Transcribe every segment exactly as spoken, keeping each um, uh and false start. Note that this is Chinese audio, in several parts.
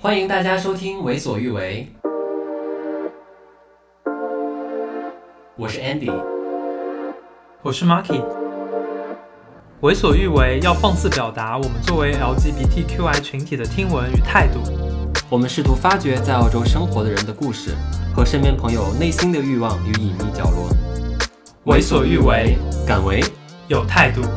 欢迎大家收听为所欲为，我是 Andy， 我是 Marky。 为所欲为要放肆表达我们作为 L G B T Q I 群体的听闻与态度。 我们试图发掘在澳洲生活的人的故事和身边朋友内心的欲望与隐秘角落。 为所欲为， 敢为有态度。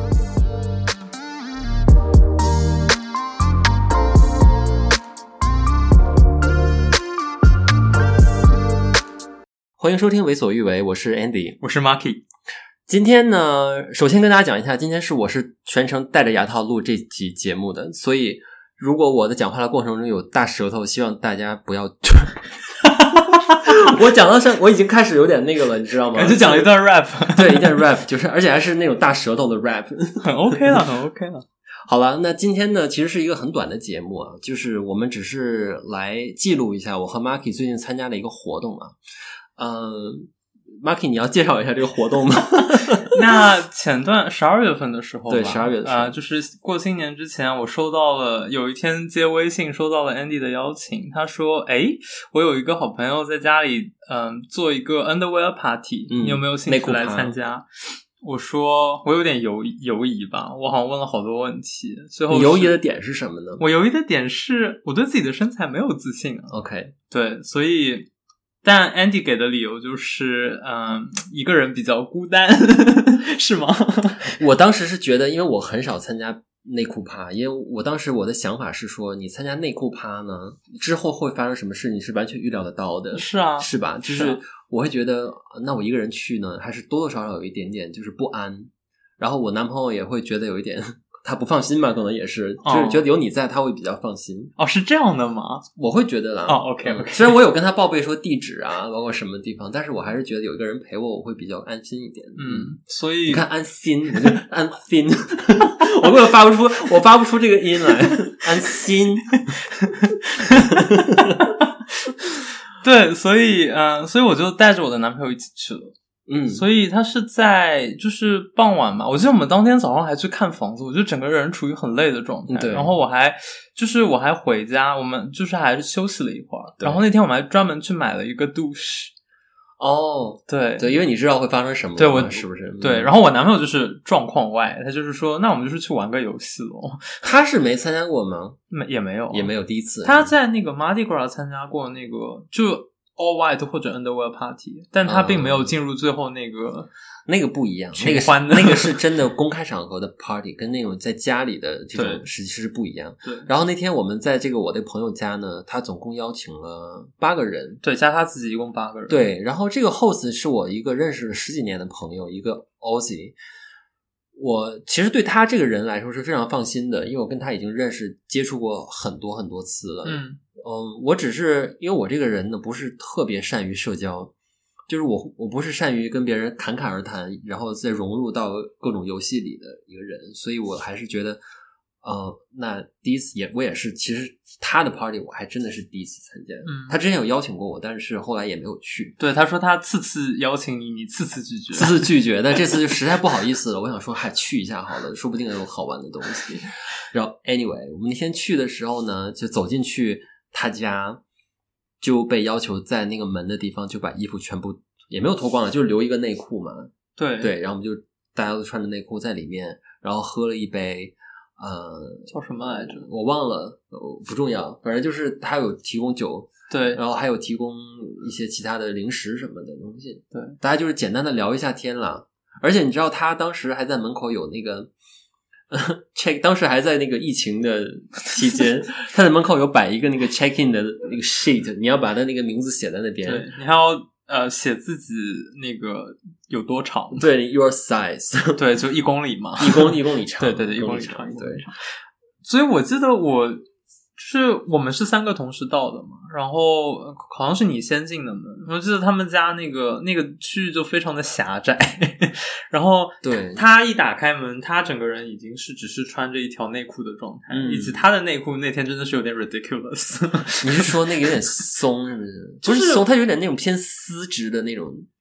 欢迎收听为所欲为，我是 Andy， 我是 Marky。 今天呢，首先跟大家讲一下，今天是我是全程戴着牙套录这期节目的，所以如果我的讲话的过程中有大舌头，希望大家不要我讲到上我已经开始有点那个了，你知道吗？ 就讲了一段 rap 对，一段 rap， 就是而且还是那种大舌头的 rap 很 OK 了，很 OK 了。 好了，那今天呢其实是一个很短的节目啊，就是我们只是来记录一下我和 Marky 最近参加的一个活动啊。嗯 Marky 你要介绍一下这个活动吗？ 那前段十二月份的时候吧， 对，十二月的时候、 呃、就是过新年之前，我收到了有一天接微信收到了 Andy 的邀请，他说诶我有一个好朋友在家里嗯、呃、做一个 underwear party、嗯、你有没有兴趣来参加？我说我有点犹犹疑吧，我好像问了好多问题，最后你犹疑的点是什么呢？ 我犹疑的点是我对自己的身材没有自信啊。 OK， 对，所以但 Andy 给的理由就是嗯，一个人比较孤单是吗？ 我当时是觉得因为我很少参加内裤趴，因为我当时我的想法是说你参加内裤趴呢之后会发生什么事你是完全预料得到的。 是啊， 是吧？就是我会觉得那我一个人去呢还是多多少少有一点点就是不安，然后我男朋友也会觉得有一点他不放心吧，可能也是就是觉得有你在他会比较放心。 哦，是这样的吗？ 我会觉得啦。 哦 OK OK， 虽然我有跟他报备说地址啊包括什么地方，但是我还是觉得有一个人陪我我会比较安心一点。 嗯，所以你看安心我就安心我根本发不出我发不出这个音来安心对，所以嗯、呃，所以我就带着我的男朋友一起去了。 嗯， 所以他是在就是傍晚嘛，我记得我们当天早上还去看房子，我就整个人处于很累的状态。 对， 然后我还就是我还回家，我们就是还是休息了一会儿。然后那天我们还专门去买了一个 douche。 哦， 对对，因为你知道会发生什么， 对，我是不是？ 对，然后我男朋友就是状况外，他就是说，那我们就是去玩个游戏咯。 他是没参加过吗？ 没，也没有， 也没有第一次。 他在那个 Mardi Gras 参加过那个就。All white 或者 underwear party， 但他并没有进入最后那个、嗯、 那个不一样，那个是那个是真的公开场合的 party， 跟那种在家里的这种实际是不一样。 对。 然后那天我们在这个我的朋友家呢，他总共邀请了八个人， 对，加他自己一共八个人。 对，然后这个 host 是我一个认识了十几年的朋友，一个 Aussie。我其实对他这个人来说是非常放心的，因为我跟他已经认识接触过很多很多次了。 嗯。 嗯，我只是因为我这个人呢不是特别善于社交，就是我我不是善于跟别人侃侃而谈，然后再融入到各种游戏里的一个人，所以我还是觉得，呃，那第一次也我也是，其实他的 party 我还真的是第一次参加。 嗯， 他之前有邀请过我，但是后来也没有去。 对，他说他次次邀请你，你次次拒绝， 次次拒绝，但这次就实在不好意思了。我想说，还去一下好了，说不定有好玩的东西。然后 anyway， 我们那天去的时候呢，就走进去。他家就被要求在那个门的地方就把衣服全部也没有脱光了，就是留一个内裤嘛。 对对，然后我们就大家都穿着内裤在里面，然后喝了一杯呃叫什么来着我忘了，不重要，反正就是他有提供酒， 对， 然后还有提供一些其他的零食什么的东西。 对， 大家就是简单的聊一下天啦。而且你知道他当时还在门口有那个check， 当时还在那个疫情的期间，他在门口有摆一个那个 check in 的那个 sheet， 你要把他那个名字写在那边。 对，你还要呃写自己那个有多长。 对 ，your size， 对，就一公里嘛， 一公一公里长。 对对对， 一公里长， 一公里长。 所以我记得我就是我们是三个同时到的嘛，然后好像是你先进的门，我记得他们家那个那个区域就非常的狭窄，然后对他一打开门，他整个人已经是只是穿着一条内裤的状态，嗯、以及他的内裤那天真的是有点 ridiculous。 你是说那个有点松是不是？不是松，它有点那种偏丝质的那种。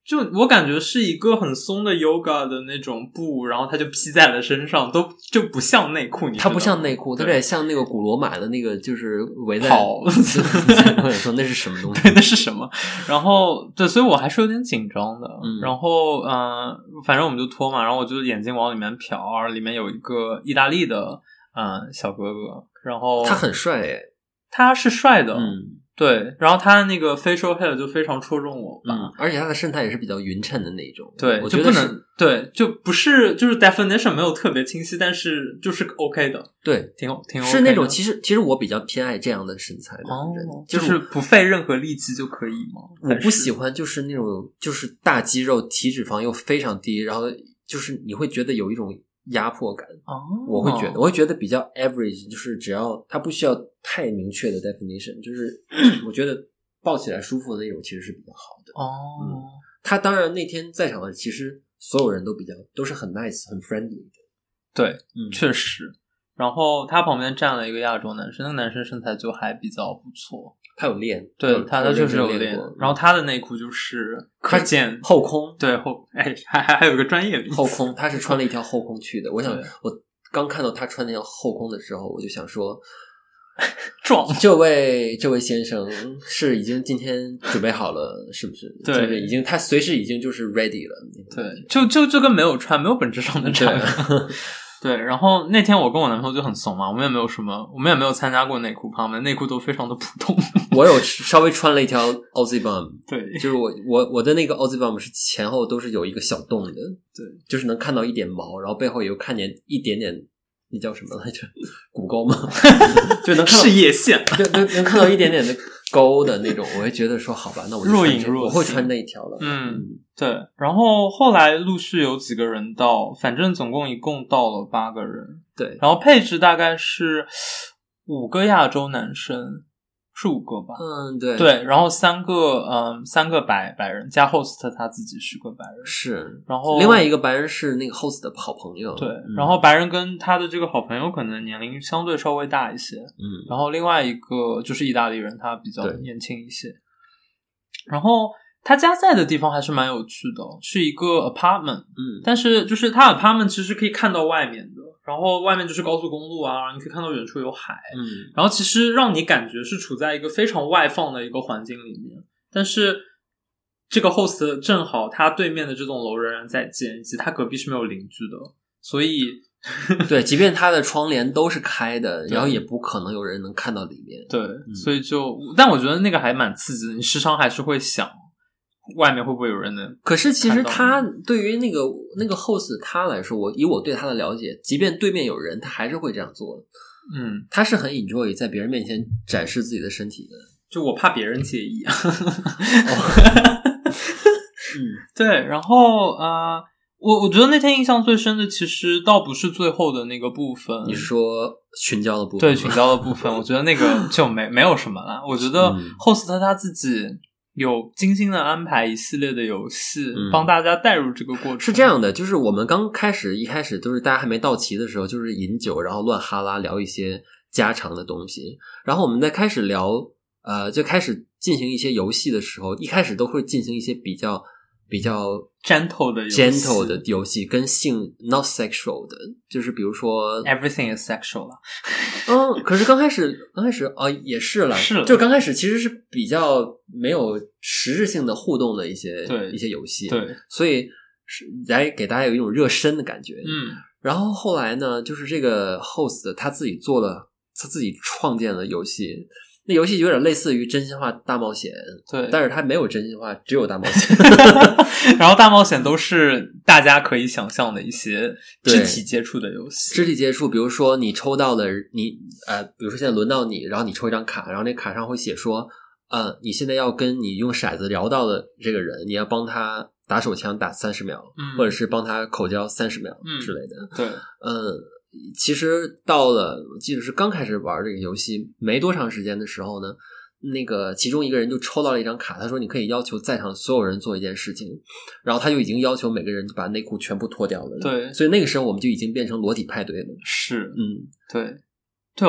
就我感觉是一个很松的 yoga 的那种布，然后它就披在了身上，都就不像内裤。你它不像内裤，它有点像那个古罗马的那个，就是围在。 好， 我想说那是什么东西？ 对，那是什么？然后对，所以我还是有点紧张的。 嗯、 然后嗯、呃，反正我们就脱嘛，然后我就眼睛往里面瞟，里面有一个意大利的嗯、呃、小哥哥，然后他很帅诶， 他是帅的。 嗯。 对，然后他那个 facial hair 就非常戳中我吧， 嗯，而且他的身材也是比较匀称的那种。 对， 我觉得就不能对，就不是就是 definition 没有特别清晰，但是就是 OK 的。 对， 挺挺 OK 的。 是那种其实其实我比较偏爱这样的身材的人， 哦、 就就是不费任何力气就可以吗？ 我不喜欢就是那种就是大肌肉体脂肪又非常低，然后就是你会觉得有一种压迫感。 哦， 我会觉得我会觉得比较 average， 就是只要它不需要太明确的 definition， 就是我觉得抱起来舒服的那种其实是比较好的。 哦、 嗯，他当然那天在场的其实所有人都比较都是很 nice 很 friendly 的。 对， 嗯， 确实。然后他旁边站了一个亚洲男生，那个男生身材就还比较不错。 他有练， 对，他他确实有练。 然后他的内裤就是可见后空， 对后哎还还还有个专业名词后空，他是穿了一条后空去的。我想我刚看到他穿那条后空的时候，我就想说， 壮， 这位这位先生是已经今天准备好了，是不是？ 对， 就是已经他随时已经就是 ready 了。 对，就就就跟没有穿没有本质上的差别。对，然后那天我跟我男朋友就很怂嘛，我们也没有什么，我们也没有参加过内裤趴，我们内裤都非常的普通。 我有稍微穿了一条 Aussie Bum， 对， 就是我我我的那个 Aussie Bum 是前后都是有一个小洞的， 对， 就是能看到一点毛，然后背后也有看见一点点，那叫什么来着？骨沟吗？就能看到事业线， 就能能看到一点点的沟的那种，我会觉得说好吧，那我就若隐若我会穿那一条了。 嗯，对。然后后来陆续有几个人到，反正总共一共到了八个人。 对， 然后配置大概是五个亚洲男生，是五个吧？ 嗯，对对。然后三个嗯，三个白白人加 host 他自己是个白人， 是。 然后另外一个白人是那个 host 的好朋友。 对， 嗯、 然后白人跟他的这个好朋友可能年龄相对稍微大一些。 嗯， 然后另外一个就是意大利人，他比较年轻一些。然后他家在的地方还是蛮有趣的，是一个 apartment， 嗯， 但是就是他 apartment 其实可以看到外面的，然后外面就是高速公路啊，你可以看到远处有海， 嗯， 然后其实让你感觉是处在一个非常外放的一个环境里面，但是这个 host 正好他对面的这栋楼仍然在建，以及他隔壁是没有邻居的，所以对，即便他的窗帘都是开的，然后也不可能有人能看到里面。 对， 嗯、 所以就，但我觉得那个还蛮刺激的，你时常还是会想外面会不会有人能。 可是其实他对于那个那个 host 他来说，我以我对他的了解，即便对面有人，他还是会这样做。 嗯， 他是很 enjoy 在别人面前展示自己的身体的。 就我怕别人介意啊。 哦、嗯， 对，然后呃。我我觉得那天印象最深的，其实倒不是最后的那个部分。 你说群交的部分？ 对，群交的部分，我觉得那个就没没有什么啦。我觉得 host 他自己有精心的安排一系列的游戏，嗯、帮大家带入这个过程。 是这样的，就是我们刚开始一开始都是大家还没到齐的时候，就是饮酒，然后乱哈拉聊一些家常的东西。然后我们在开始聊，呃，就开始进行一些游戏的时候，一开始都会进行一些比较。比较 gentle 的游戏 gentle 的游戏跟性 not sexual 的，就是比如说 everything is sexual 了。 嗯，可是刚开始刚开始啊、哦、也是了， 是了， 就刚开始其实是比较没有实质性的互动的一些对一些游戏， 对， 所以是来给大家有一种热身的感觉。 嗯， 然后后来呢，就是这个 host 他自己做了，他自己创建了游戏。那游戏有点类似于真心话大冒险， 对， 但是它没有真心话，只有大冒险。 然后大冒险都是大家可以想象的一些肢体接触的游戏。 肢体接触，比如说你抽到了你呃，比如说现在轮到你，然后你抽一张卡，然后那卡上会写说，呃，你现在要跟你用骰子聊到的这个人，你要帮他打手枪打三十秒， 嗯， 或者是帮他口交三十秒之类的。 嗯、对， 嗯。其实到了我记得是刚开始玩这个游戏没多长时间的时候呢，那个其中一个人就抽到了一张卡，他说你可以要求在场所有人做一件事情，然后他就已经要求每个人就把内裤全部脱掉了。 对， 所以那个时候我们就已经变成裸体派对了。 是， 嗯， 对，对哦，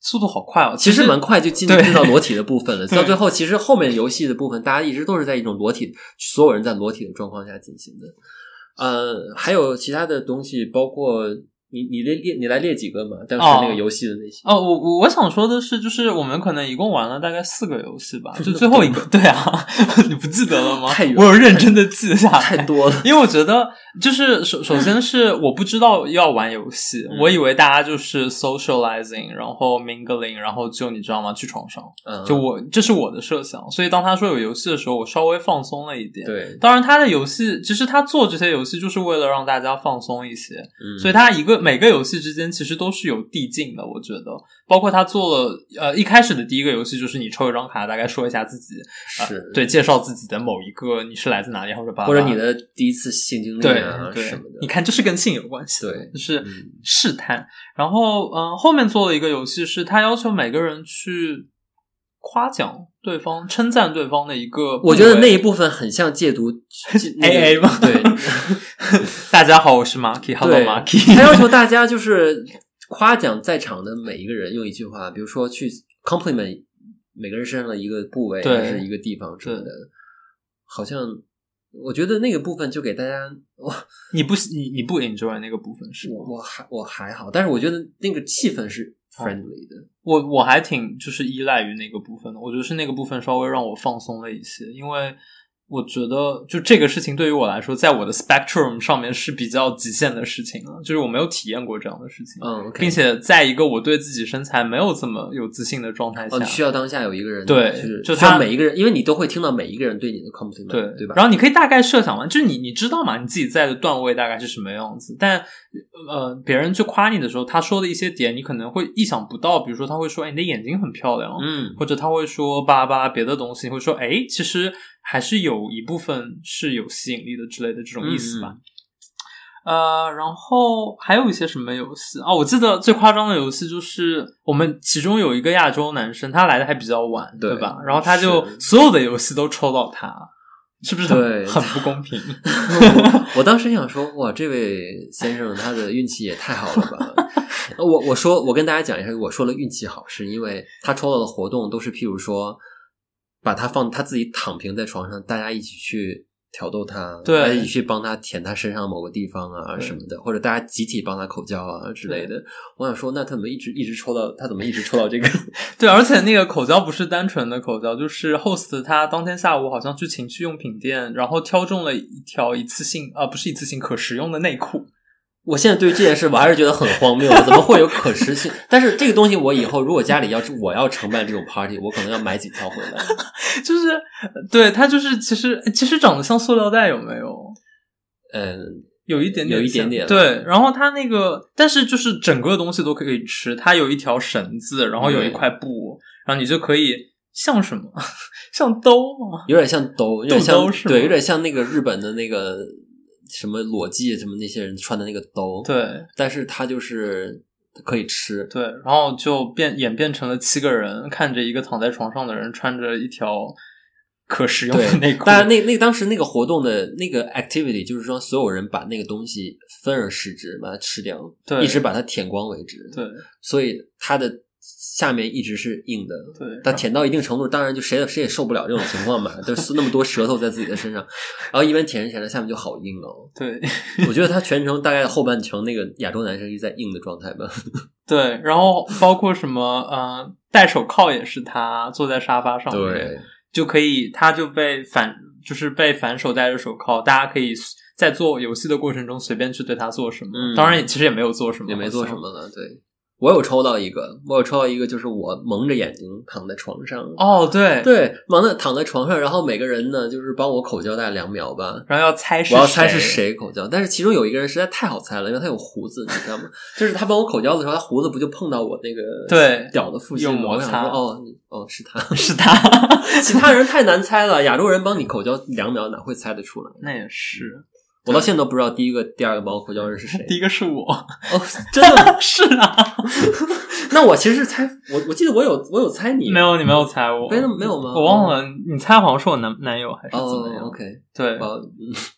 速度好快哦， 其实蛮快就进入到裸体的部分了。到最后，其实后面游戏的部分，大家一直都是在一种裸体，所有人在裸体的状况下进行的。呃，还有其他的东西，包括你你列列你来列几个嘛？当时那个游戏的那些哦，我我我想说的是，就是我们可能一共玩了大概四个游戏吧，就最后一个，对啊，你不记得了吗？ 太我有认真的记下来， 太多了。 因为我觉得，就是首首先是我不知道要玩游戏，嗯、我以为大家就是 socializing， 然后 mingling， 然后就你知道吗？去床上，嗯、就我这是我的设想，所以当他说有游戏的时候，我稍微放松了一点。 对， 当然他的游戏，其实他做这些游戏就是为了让大家放松一些，嗯、所以他一个。每个游戏之间其实都是有递进的，我觉得，包括他做了呃一开始的第一个游戏就是你抽一张卡，大概说一下自己， 是、呃、 对，介绍自己的某一个你是来自哪里或者巴拉或者你的第一次性经历啊对什么的， 你看这是跟性有关系的， 对， 就是试探。嗯、然后嗯、呃，后面做了一个游戏是他要求每个人去夸奖对方、称赞对方的一个， 我觉得那一部分很像戒毒、 那個、A A 吗？ 对， 大家好，我是 Marky，Hello Marky。 他要求大家就是夸奖在场的每一个人，用一句话，比如说去 compliment 每个人身上的一个部位，或者是一个地方什么的，好像我觉得那个部分就给大家，哇， 你不你你不 enjoy 那个部分是吗？ 我我还我还好，但是我觉得那个气氛是 friendly 的。 哦我我还挺就是依赖于那个部分的，我觉得是那个部分稍微让我放松了一些，因为我觉得就这个事情对于我来说，在我的 spectrum 上面是比较极限的事情了，就是我没有体验过这样的事情， 嗯， okay. 并且在一个我对自己身材没有这么有自信的状态下， 哦，你需要当下有一个人， 对， 就他每一个人，因为你都会听到每一个人对你的 compliment， 对对吧？ 然后你可以大概设想完，就是你你知道嘛，你自己在的段位大概是什么样子，但呃，别人去夸你的时候，他说的一些点，你可能会意想不到，比如说他会说，哎，你的眼睛很漂亮， 嗯， 或者他会说巴拉巴拉别的东西，会说，哎，其实还是有一部分是有吸引力的之类的这种意思吧。嗯、呃，然后还有一些什么游戏啊？我记得最夸张的游戏就是我们其中有一个亚洲男生，他来的还比较晚， 对, 对吧？然后他就所有的游戏都抽到他。是不是很很不公平？ 我, 我当时想说，哇，这位先生他的运气也太好了吧！我我说我跟大家讲一下，我说了运气好，是因为他抽到的活动都是譬如说，把他放他自己躺平在床上，大家一起去挑逗他， 对， 大家一起去帮他舔他身上某个地方啊什么的，或者大家集体帮他口交啊之类的。我想说，那他怎么一直一直抽到？他怎么一直抽到这个？ 对，而且那个口交不是单纯的口交，就是 host 他当天下午好像去情趣用品店，然后挑中了一条一次性啊，不是一次性可食用的内裤。 我现在对这件事我还是觉得很荒谬，怎么会有可食性？但是这个东西我以后如果家里要是我要承办这种 party， 我可能要买几套回来。 就是对，它就是其实其实长得像塑料袋，有没有？ 嗯， 有一点点， 有一点点。 对，然后它那个，但是就是整个东西都可以吃。它有一条绳子，然后有一块布，然后你就可以像什么？像兜吗？ 有点像兜，有点像兜是吗？ 对，有点像那个日本的那个。什么裸技什么那些人穿的那个兜， 对， 但是他就是可以吃， 对，然后就变演变成了七个人看着一个躺在床上的人穿着一条可食用的内裤。 当然，那那当时那个活动的那个 activity 就是说，所有人把那个东西分而食之，把它吃掉， 对， 一直把它舔光为止。 对， 所以它的下面一直是硬的， 对， 但舔到一定程度，当然就谁谁也受不了这种情况嘛，就是那么多舌头在自己的身上，然后一边舔着舔着，下面就好硬哦。 对， 我觉得他全程大概后半程那个亚洲男生一直在硬的状态吧。 对，然后包括什么呃，戴手铐也是他坐在沙发上面， 对， 就可以他就被反就是被反手戴着手铐，大家可以在做游戏的过程中随便去对他做什么，嗯、当然其实也没有做什么， 也没做什么了，对。我有抽到一个，我有抽到一个，就是我蒙着眼睛躺在床上。 哦，对对，蒙着躺在床上，然后每个人呢，就是帮我口交大概两秒吧， 然后要猜是我要猜是谁口交，但是其中有一个人实在太好猜了，因为他有胡子，你知道吗？就是他帮我口交的时候，他胡子不就碰到我那个对屌的附近， 有摩擦。 哦哦，是他， 是他， 其他人太难猜了，亚洲人帮你口交两秒哪会猜得出来？ 那也是。 我到现在都不知道第一个、第二个帮我口交人是谁。 第一个是我哦，真的是啊。 那我其实是猜我，我记得我有我有猜你， 没有你没有猜我， 没有没有吗？ 我忘了，你猜好像是我男男友还是怎么样？ 哦 ，OK， 对， 嗯，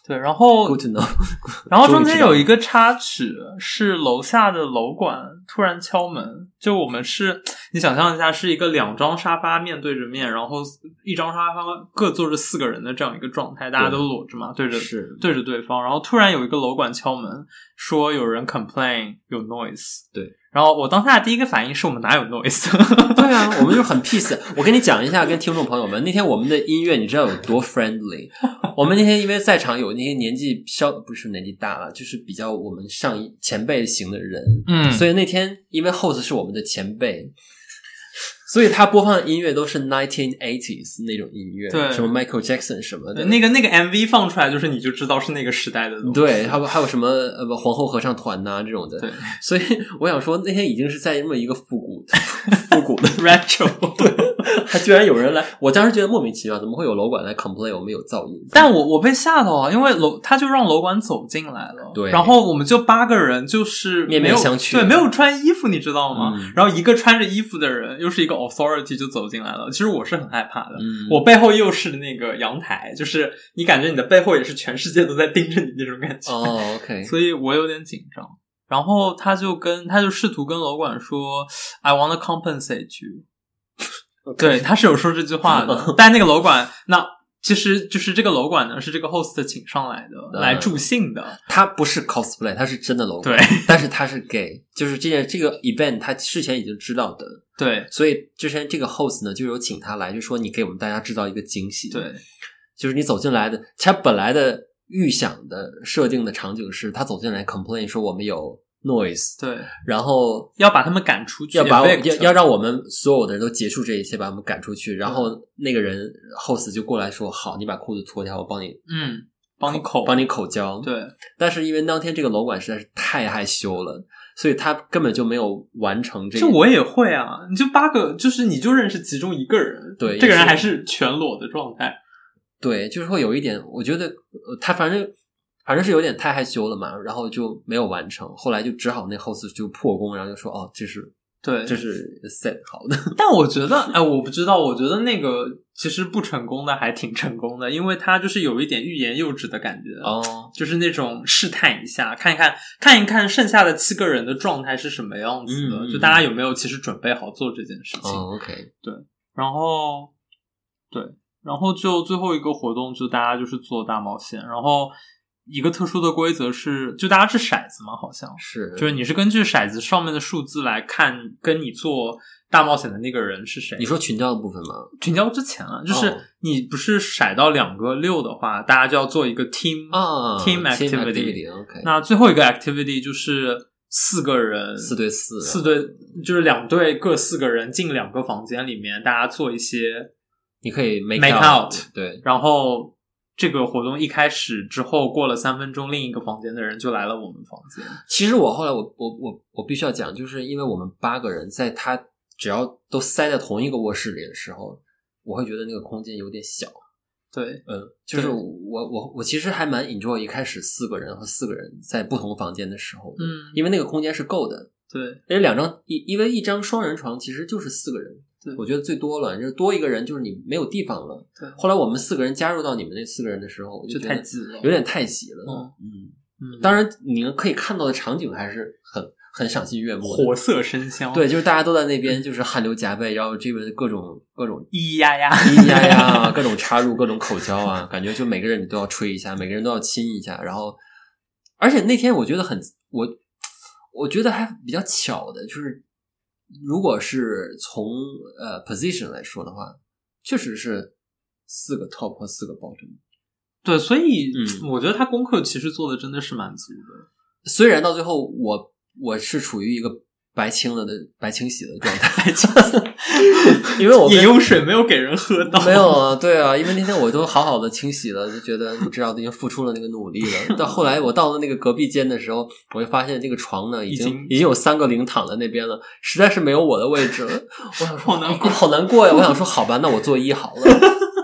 对，然后 Good to know 然后中间有一个插曲是楼下的楼管突然敲门，就我们是你想象一下是一个两张沙发面对着面，然后一张沙发各坐着四个人的这样一个状态，大家都裸着嘛，对着对着对方，然后突然有一个楼管敲门说有人 complain 有 noise， 对， 然后我当下的第一个反应是我们哪有 noise 对啊，我们就很 peace 我跟你讲一下跟听众朋友们，那天我们的音乐你知道有多 friendly 我们那天因为在场有那些年纪稍不是年纪大了，就是比较我们上一前辈型的人， 嗯， 所以那天因为 host 是我们的前辈，所以他播放的音乐都是 nineteen eighties 那种音乐， 对， 什么 Michael Jackson 什么的， 那个那个 M V 放出来就是你就知道是那个时代的东西， 对，还有还有什么呃皇后合唱团呐、啊、这种的， 对， 所以我想说那天已经是在这么一个复古复古的 retro 对，还居然有人来，我当时觉得莫名其妙，怎么会有楼管来 complain 我们有噪音？ 但我我被吓到啊，因为楼他就让楼管走进来了， 对， 然后我们就八个人就是面面相觑， 对，没有穿衣服，你知道吗？ 嗯、 然后一个穿着衣服的人又是一个 authority 就走进来了，其实我是很害怕的， 嗯、 我背后又是那个阳台，就是你感觉你的背后也是全世界都在盯着你那种感觉， 哦 OK， 所以我有点紧张。然后他就跟他就试图跟楼管说 I want to compensate you、okay. 对，他是有说这句话的但那个楼管那其实就是这个楼管呢是这个 host 请上来的、嗯、来助兴的， 他不是 cosplay 他是真的楼管， 对， 但是他是 gay， 就是这件这个 event 他事前已经知道的， 对， 所以之前这个 host 呢就有请他来，就说你给我们大家制造一个惊喜， 对， 就是你走进来的他本来的预想的设定的场景是他走进来 complain 说我们有 noise， 对， 然后要把他们赶出去， 要把要要让我们所有的人都结束这一切，把他们赶出去，然后那个人 host 就过来说好，你把裤子脱掉，我帮你嗯帮你口帮你口交， 对， 但是因为当天这个楼管实在是太害羞了，所以他根本就没有完成这个。 就我也会啊，你就八个，就是你就认识其中一个人， 对， 这个人还是全裸的状态， 对，就是会有一点，我觉得他反正反正是有点太害羞了嘛，然后就没有完成，后来就只好那 host 就破功，然后就说哦，这是对， 这是 set 好的。 但我觉得，哎，我不知道，我觉得那个其实不成功的还挺成功的，因为他就是有一点欲言又止的感觉， 哦， 就是那种试探一下，看一看，看一看剩下的七个人的状态是什么样子的， 嗯、 就大家有没有其实准备好做这件事情。 哦 OK， 对，然后对，然后就最后一个活动就大家就是做大冒险，然后。一个特殊的规则是，就大家是骰子嘛，好像是， 就是你是根据骰子上面的数字来看，跟你做大冒险的那个人是谁。 你说群交的部分吗？ 群交之前啊，就是你不是骰到两个六的话，大家就要做一个 team、 哦、 team activity。 team activity、okay. 那最后一个 activity 就是四个人， 四对四， 四对就是两队各四个人进两个房间里面，大家做一些， 你可以 make, make out, out， 对， 然后。这个活动一开始之后过了三分钟，另一个房间的人就来了我们房间。 其实我后来我我我我必须要讲，就是因为我们八个人在他只要都塞在同一个卧室里的时候，我会觉得那个空间有点小。 对， 嗯，就是我我我其实还蛮 enjoy 一开始四个人和四个人在不同房间的时候的， 嗯， 因为那个空间是够的。 对， 而且两张一因为一张双人床其实就是四个人。我觉得最多了，就是多一个人，就是你没有地方了。 对。 后来我们四个人加入到你们那四个人的时候，我就太挤了， 有点太挤了。 嗯嗯嗯。当然，你们可以看到的场景还是很很赏心悦目的， 活色生香。 对，就是大家都在那边，就是汗流浃背，然后这边各种各种咿咿呀呀， 咿咿呀呀，各种插入，各种口交啊，感觉就每个人你都要吹一下，每个人都要亲一下，然后，而且那天我觉得很，我我觉得还比较巧的，就是。如果是从呃 position 来说的话，确实是四个 top 和四个 bottom。 对，所以、 嗯、 我觉得他功课其实做的真的是蛮足的。 虽然到最后我我是处于一个白清了的白清洗的状态， 白清因为我饮用水没有给人喝到。 没有啊，对啊，因为那天我都好好的清洗了，就觉得你知道已经付出了那个努力了。到后来我到了那个隔壁间的时候，我就发现这个床呢已经已经有三个零躺在那边了，实在是没有我的位置了。我想说好难过，好难过呀！我想说好吧，那我做一好了。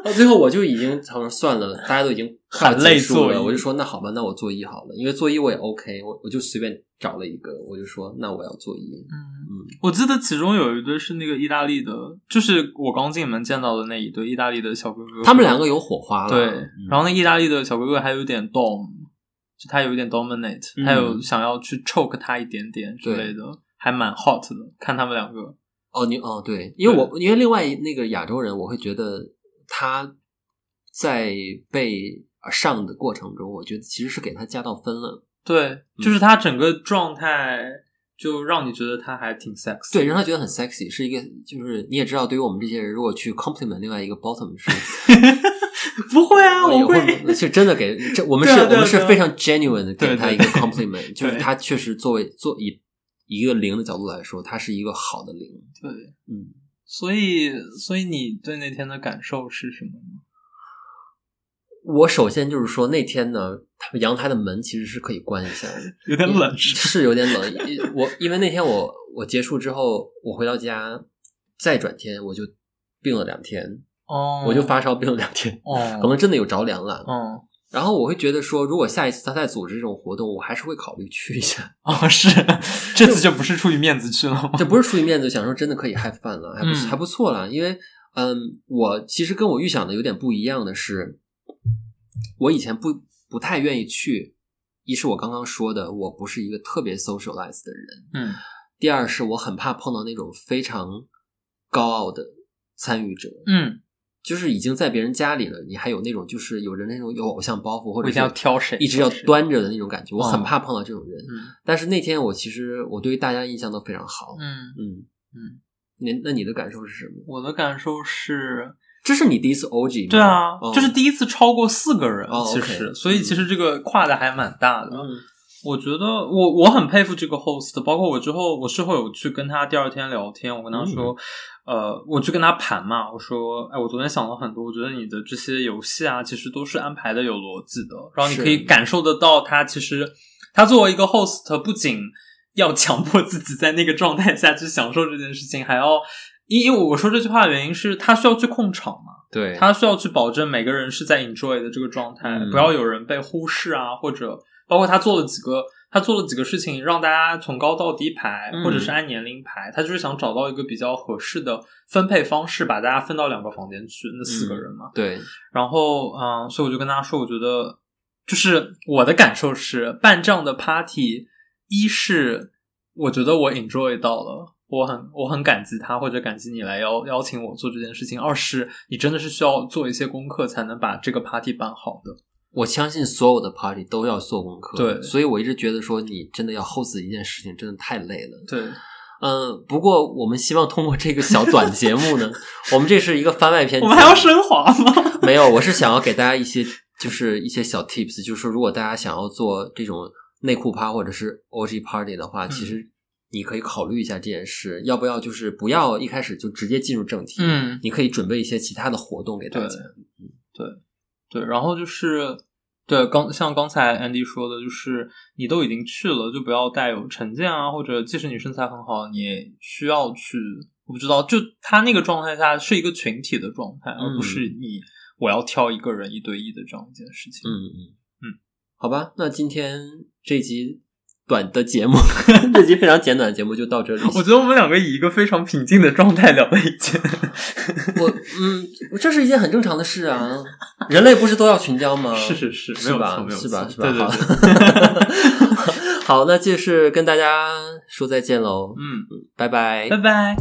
到最后我就已经他说算了，大家都已经喊累做了，我就说那好吧，那我做一好了，因为做一我也 OK， 我我就随便找了一个，我就说那我要做一。 嗯嗯，我记得其中有一对是那个意大利的，就是我刚进门见到的那一对意大利的小哥哥， 他们两个有火花了。 对， 嗯、 然后那意大利的小哥哥还有点 dom， 就他有一点 dominate，、嗯、他有想要去 choke 他一点点之类的，还蛮 hot 的。看他们两个。 哦，你哦对，因为我因为另外那个亚洲人，我会觉得他在被上的过程中，我觉得其实是给他加到分了。 对，就是他整个状态就让你觉得他还挺 sexy。 对，让他觉得很 sexy， 是一个就是你也知道，对于我们这些人，如果去 compliment 另外一个 bottom 是不会啊，我会是真的给这我们是、啊啊、我们是非常 genuine 的给他一个 compliment， 对对对就是他确实作为做以一个零的角度来说，他是一个好的零。 对， 嗯， 所以所以你对那天的感受是什么呢？ 我首先就是说那天呢，阳台的门其实是可以关一下的， 有点冷， 是有点冷。我因为那天我我结束之后，我回到家，再转天我就病了两天， 哦， 我就发烧病了两天， 哦， 可能真的有着凉了， 哦。 然后我会觉得说，如果下一次他再组织这种活动，我还是会考虑去一下。 哦，是，这次就不是出于面子去了吗？ 这不是出于面子，想说真的可以 have fun 了，还不、嗯、还不错了。因为嗯，我其实跟我预想的有点不一样的是，我以前不不太愿意去。一是我刚刚说的，我不是一个特别 socialize 的人。 嗯。 第二是我很怕碰到那种非常高傲的参与者。 嗯。 就是已经在别人家里了，你还有那种就是有人那种有偶像包袱，或者是要挑谁一直要端着的那种感觉，我很怕碰到这种人。 嗯， 但是那天我其实我对于大家印象都非常好。 嗯嗯嗯， 那那你的感受是什么？ 我的感受是， 这是你第一次 O G 吗？ 对啊， 哦、 这是第一次超过四个人， 哦、 其实， okay, 所以其实这个跨的还蛮大的。 嗯。 我觉得我我很佩服这个 host， 包括我之后我事后有去跟他第二天聊天，我跟他说、嗯、呃，我去跟他盘嘛，我说哎，我昨天想了很多，我觉得你的这些游戏啊其实都是安排的有逻辑的，然后你可以感受得到他其实他作为一个 host 不仅要强迫自己在那个状态下去享受这件事情，还要因为我说这句话的原因是他需要去控场嘛， 对， 他需要去保证每个人是在 enjoy 的这个状态、嗯、不要有人被忽视啊，或者包括他做了几个他做了几个事情让大家从高到低排、嗯、或者是按年龄排，他就是想找到一个比较合适的分配方式，把大家分到两个房间去，那四个人嘛、 嗯、对， 然后嗯，所以我就跟他说我觉得就是我的感受是办这样的 party， 一是我觉得我 enjoy 到了，我很我很感激他或者感激你来邀邀请我做这件事情，二是你真的是需要做一些功课才能把这个 party 办好的。 我相信所有的 party 都要做功课， 对， 所以我一直觉得说你真的要 host 一件事情真的太累了， 对， 嗯，不过我们希望通过这个小短节目呢，我们这是一个番外篇， 我们还要升华吗？ 没有，我是想要给大家一些就是一些小 tips， 就是说如果大家想要做这种内裤趴或者是 O G party 的话、嗯、其实你可以考虑一下这件事，要不要就是不要一开始就直接进入正题， 嗯， 你可以准备一些其他的活动给大家， 对，嗯、对。对，然后就是对刚像刚才 Andy 说的，就是你都已经去了，就不要带有成见啊，或者即使你身材很好，你也需要去，我不知道，就他那个状态下是一个群体的状态， 嗯、 而不是你我要挑一个人一对一的这样一件事情。 嗯嗯嗯， 好吧，那今天这集短的节目这集非常简短的节目就到这里。 我觉得我们两个以一个非常平静的状态聊了一件我嗯这是一件很正常的事啊，人类不是都要群交吗？ 是是是， 是吧？ 没有错， 是吧？是吧？ 对对对好好，那就是跟大家说再见喽。 嗯， 拜拜， 拜拜。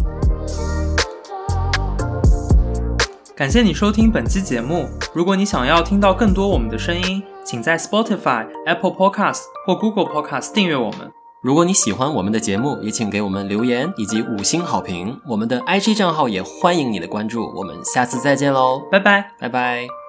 感谢你收听本期节目。如果你想要听到更多我们的声音，请在 Spotify、Apple Podcast 或 Google Podcast 订阅我们。 如果你喜欢我们的节目，也请给我们留言以及五星好评。我们的 I G 账号也欢迎你的关注。我们下次再见喽， 拜拜， 拜拜。